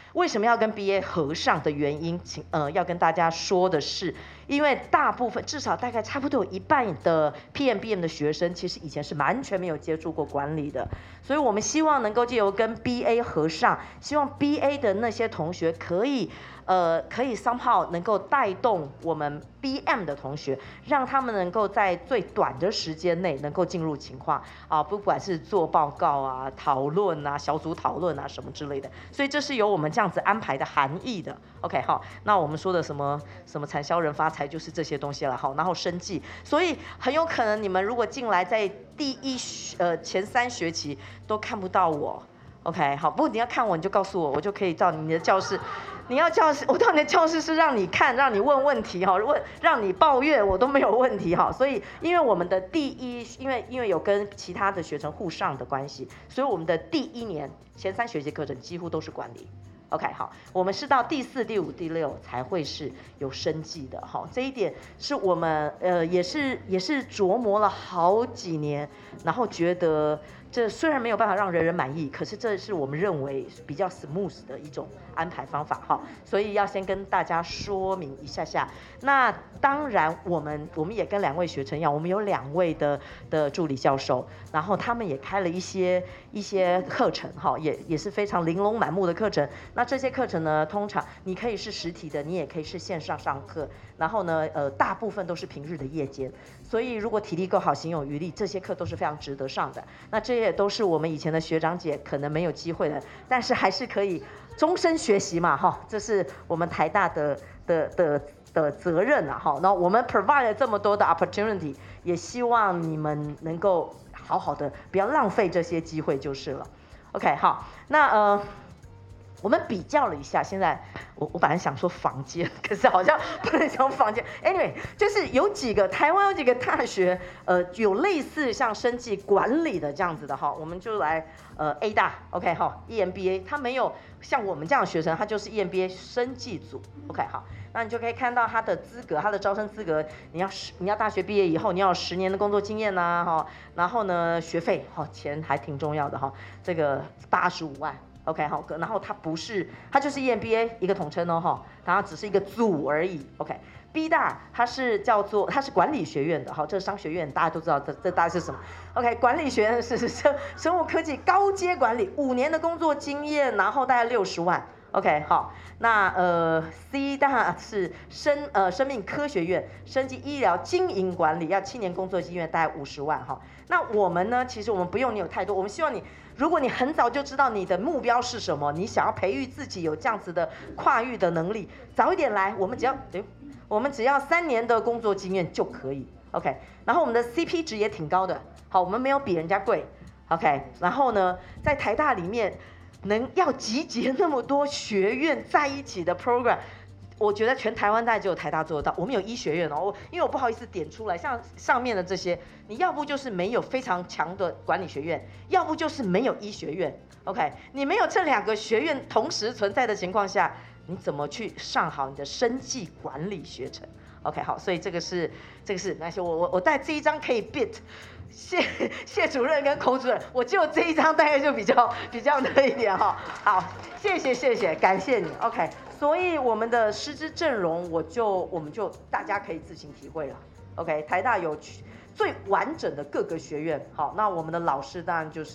为什么要跟 B A 合上的原因，请呃要跟大家说的是，因为大部分至少大概差不多有一半的 P M B M 的学生，其实以前是完全没有接触过管理的，所以我们希望能够借由跟 B A 合上，希望 B A 的那些同学可以。呃，可以 somehow 能够带动我们 B M 的同学，让他们能够在最短的时间内能够进入情况啊，不管是做报告啊、讨论啊、小组讨论啊什么之类的，所以这是有我们这样子安排的含义的。OK， 好，那我们说的什么什么产销人发财就是这些东西了，好，然后生计，所以很有可能你们如果进来在第一呃前三学期都看不到我。OK， 好，不过你要看我，你就告诉我，我就可以到你的教室。你要教室，我到你的教室是让你看，让你问问题哈，问让你抱怨，我都没有问题哈。所以，因为我们的第一，因为因为有跟其他的学程互上的关系，所以我们的第一年前三学期课程几乎都是管理。OK， 好，我们是到第四、第五、第六才会是有生计的哈。这一点是我们呃也是也是琢磨了好几年，然后觉得。这虽然没有办法让人人满意，可是这是我们认为比较 smooth 的一种安排方法哈，所以要先跟大家说明一下下。那当然，我们我们也跟两位学程一样，我们有两位的的助理教授，然后他们也开了一些一些课程哈，也也是非常琳琅满目的课程。那这些课程呢，通常你可以是实体的，你也可以是线上上课，然后呢，呃，大部分都是平日的夜间。所以如果体力够好，行有余力，这些课都是非常值得上的。那这也都是我们以前的学长姐可能没有机会的，但是还是可以终身学习嘛，哈，这是我们台大的的的的责任啊，哈。那我们 provide 了这么多的 opportunity， 也希望你们能够好好的，不要浪费这些机会就是了。OK， 好，那呃。我们比较了一下，现在我我本来想说房间，可是好像不能讲房间。Anyway， 就是有几个台湾有几个大学，呃，有类似像生技管理的这样子的哈，我们就来呃 A 大 ，OK 哈 ，E M B A， 它没有像我们这样的学生，它就是 E M B A 生技组 ，OK 好，那你就可以看到它的资格，它的招生资格，你要十你要大学毕业以后，你要有十年的工作经验呐、啊、哈，然后呢学费哈钱还挺重要的哈，这个八十五万。OK 好，然后它不是，它就是 E M B A 一个统称哦哈，然后只是一个组而已。OK，B 大它是叫做它是管理学院的哈，这是商学院大家都知道这这大概是什么。OK， 管理学院是生生物科技高阶管理，五年的工作经验，然后大概六十万。OK 好，那呃 C 大是生呃生命科学院，生技医疗经营管理，要七年工作经验，大概五十万哈。那我们呢，其实我们不用你有太多，我们希望你。如果你很早就知道你的目标是什么，你想要培育自己有这样子的跨域的能力，早一点来，我们只要，哎，我们只要三年的工作经验就可以 ，OK。然后我们的 C P 值也挺高的，好，我们没有比人家贵 ，OK。然后呢，在台大里面能要集结那么多学院在一起的 program。我觉得全台湾大概只有台大做得到，我们有医学院哦，因为我不好意思点出来，像上面的这些，你要不就是没有非常强的管理学院，要不就是没有医学院 ，OK， 你没有这两个学院同时存在的情况下，你怎么去上好你的生技管理学程 ？OK， 好，所以这个是这个是，那些我我我带这一张可以 bit。谢谢主任跟孔主任，我就这一张大概就比较比较那一点哈。好，谢谢谢谢，感谢你 ，OK。所以我们的师资阵容，我就我们就大家可以自行体会了 ，OK。台大有最完整的各个学院，好，那我们的老师当然就是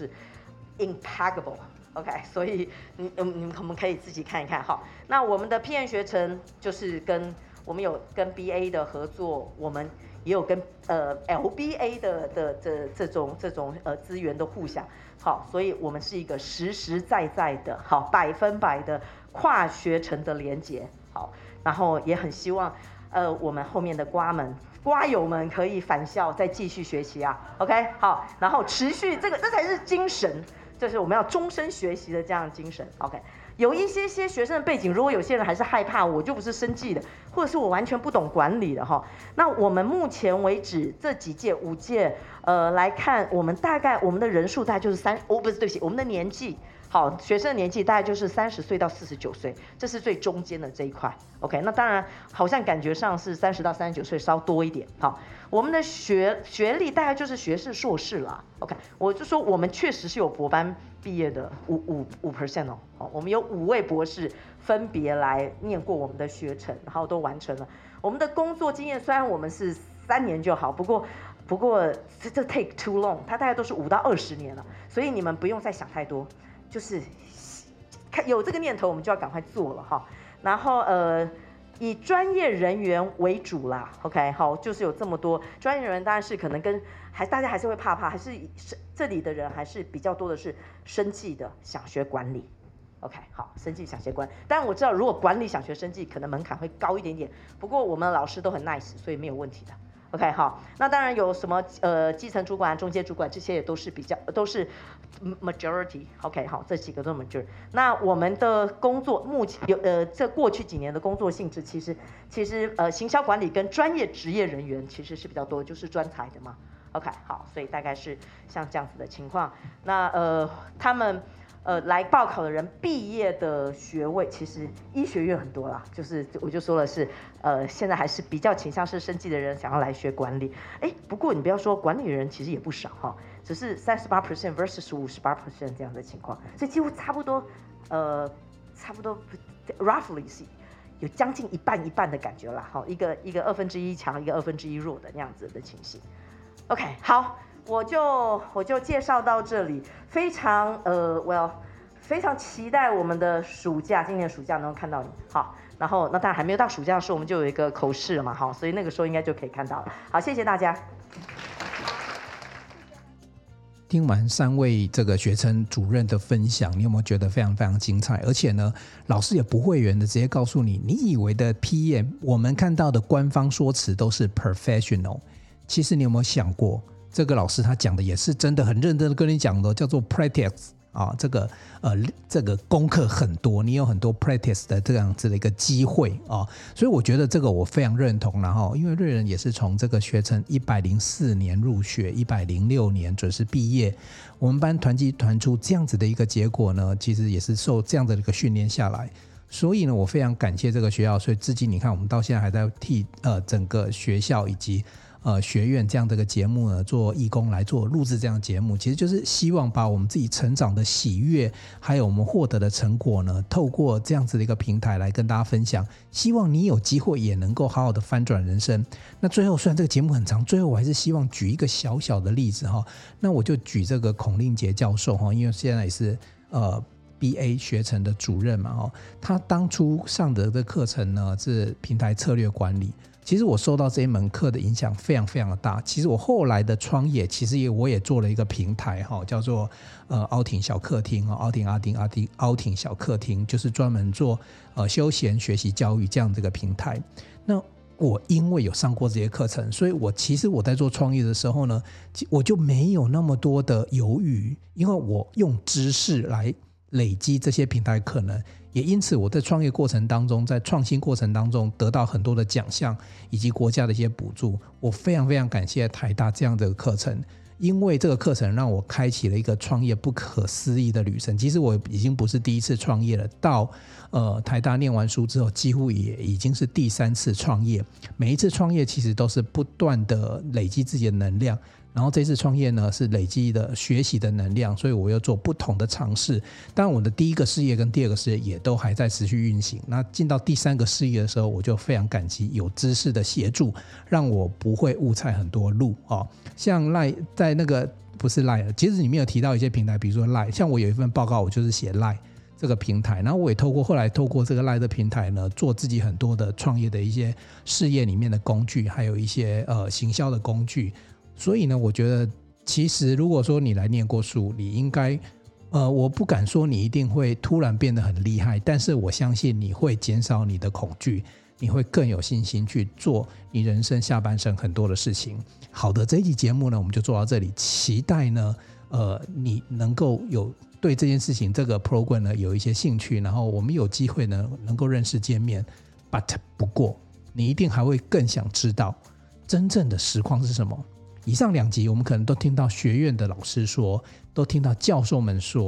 impeccable。OK， 所以你嗯你们我们可以自己看一看哈。那我们的 P M 学程就是跟我们有跟 B A 的合作，我们也有跟呃 L B A 的的这这种这种呃资源的互享，好，所以我们是一个实实在在的好百分百的跨学程的连结，好，然后也很希望呃我们后面的瓜们。瓜友们可以返校再继续学习啊 ，OK， 好，然后持续这个这才是精神，这是我们要终身学习的这样的精神 ，OK。有一些些学生的背景，如果有些人还是害怕，我就不是生技的，或者是我完全不懂管理的哈。那我们目前为止这几届五届，呃来看，我们大概我们的人数大概就是三，哦不是对不起，我们的年纪。 好，学生的年纪大概就是三十岁到四十九岁，这是最中间的这一块。OK， 那当然好像感觉上是三十到三十九岁稍多一点。好，我们的学学历大概就是学士、硕士啦。OK， 我就说我们确实是有博班毕业的五五五 percent 哦。好，我们有五位博士分别来念过我们的学程，然后都完成了。我们的工作经验虽然我们是三年就好，不过。不过这这 take too long， 它大概都是五到二十年了，所以你们不用再想太多，就是看有这个念头，我们就要赶快做了哈。然后呃，以专业人员为主啦 ，OK， 好，就是有这么多专业人员，当然是可能跟还大家还是会怕怕，还是这里的人还是比较多的是生技的想学管理。OK， 好，生技想学管理，当然我知道如果管理想学生技，可能门槛会高一点点，不过我们的老师都很 nice， 所以没有问题的。OK， 好，那当然有什么呃基层主管、中阶主管，这些也都是比较都是 majority。OK， 好，这几个都是 majority。那我们的工作目前有呃这过去几年的工作性质，其实其实呃行销管理跟专业职业人员其实是比较多，就是专才的嘛。OK， 好，所以大概是像这样子的情况。那呃他们。呃，来报考的人毕业的学位，其实医学院很多啦，就是我就说了是，呃，现在还是比较倾向是生技的人想要来学管理。哎，不过你不要说管理人其实也不少哈，只是三十八 percent versus 五十八 percent 这样的情况，所以几乎差不多，呃，差不多 roughly 是有将近一半一半的感觉啦，哈，一个一个二分之一强，一个二分之一弱的那样子的情形。OK， 好。我就我就介绍到这里，非常呃 ，well， 非常期待我们的暑假，今年暑假能够看到你，好，然后那当然还没有到暑假的时候，我们就有一个口试了嘛，好，所以那个时候应该就可以看到了，好，谢谢大家。 听完三位这个学程主任的分享，你有没有觉得非常非常精彩？而且呢，老师也不讳言的直接告诉你，你以为的 P M， 我们看到的官方说辞都是 professional， 其实你有没有想过？这个老师他讲的也是真的很认真的跟你讲的，叫做 practice 啊，这个呃这个功课很多，你有很多 practice 的这样子的一个机会啊，所以我觉得这个我非常认同。然后因为瑞仁也是从这个学程一百零四年入学，一百零六年准时毕业，我们班团级团出这样子的一个结果呢，其实也是受这样的一个训练下来。所以呢，我非常感谢这个学校。所以至今你看，我们到现在还在替呃整个学校以及呃学院这样的一个节目呢做义工来做录制这样的节目，其实就是希望把我们自己成长的喜悦，还有我们获得的成果呢，透过这样子的一个平台来跟大家分享。希望你有机会也能够好好的翻转人生。那最后虽然这个节目很长，最后我还是希望举一个小小的例子哈。那我就举这个孔令杰教授哈，因为现在也是呃。B A 学程的主任嘛，哦，他当初上的这个课程呢是平台策略管理。其实我受到这一门课的影响非常非常的大。其实我后来的创业，其实也我也做了一个平台哈，叫做呃奥挺小客厅哦，奥挺阿丁阿丁奥挺小客厅，就是专门做呃休闲学习教育这样的一个平台。那我因为有上过这些课程，所以我其实我在做创业的时候呢，我就没有那么多的犹豫，因为我用知识来累积这些平台可能，也因此我在创业过程当中，在创新过程当中得到很多的奖项以及国家的一些补助。我非常非常感谢台大这样的课程，因为这个课程让我开启了一个创业不可思议的旅程。其实我已经不是第一次创业了，到呃台大念完书之后，几乎也已经是第三次创业。每一次创业其实都是不断的累积自己的能量。然后这次创业呢是累积的学习的能量，所以我又做不同的尝试。当然我的第一个事业跟第二个事业也都还在持续运行。那进到第三个事业的时候，我就非常感激有知识的协助，让我不会误踩很多路、哦、像 Line 在那个不是 Line， 其实里面有提到一些平台，比如说 Line， 像我有一份报告我就是写 Line 这个平台，然后我也透过后来透过这个 Line 的平台呢，做自己很多的创业的一些事业里面的工具，还有一些呃行销的工具。所以呢，我觉得其实如果说你来念过书，你应该呃，我不敢说你一定会突然变得很厉害，但是我相信你会减少你的恐惧，你会更有信心去做你人生下半生很多的事情。好的，这一期节目呢我们就做到这里，期待呢呃你能够有对这件事情这个 program 呢有一些兴趣，然后我们有机会呢能够认识见面。 but 不过你一定还会更想知道真正的实况是什么。以上两集我们可能都听到学院的老师说，都听到教授们说，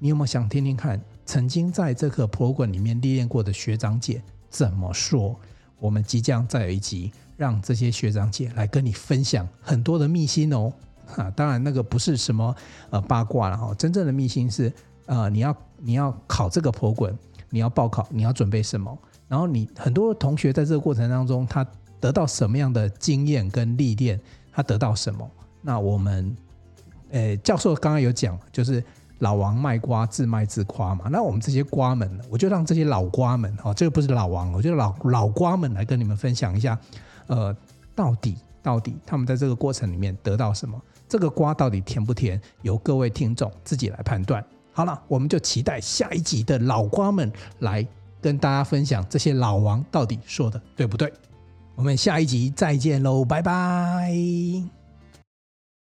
你有没有想听听看曾经在这个 program 里面历练过的学长姐怎么说？我们即将再有一集让这些学长姐来跟你分享很多的秘辛哦。啊、当然那个不是什么、呃、八卦啦、哦、真正的秘辛是、呃、你要你要考这个 program， 你要报考，你要准备什么，然后你很多同学在这个过程当中他得到什么样的经验跟历练，他得到什么。那我们、呃、教授刚刚有讲，就是老王卖瓜自卖自夸嘛，那我们这些瓜们，我就让这些老瓜们、哦、这个不是老王，我就老老瓜们来跟你们分享一下，呃，到底到底他们在这个过程里面得到什么，这个瓜到底甜不甜，由各位听众自己来判断。好了，我们就期待下一集的老瓜们来跟大家分享这些老王到底说的对不对。我们下一集再见喽，拜拜。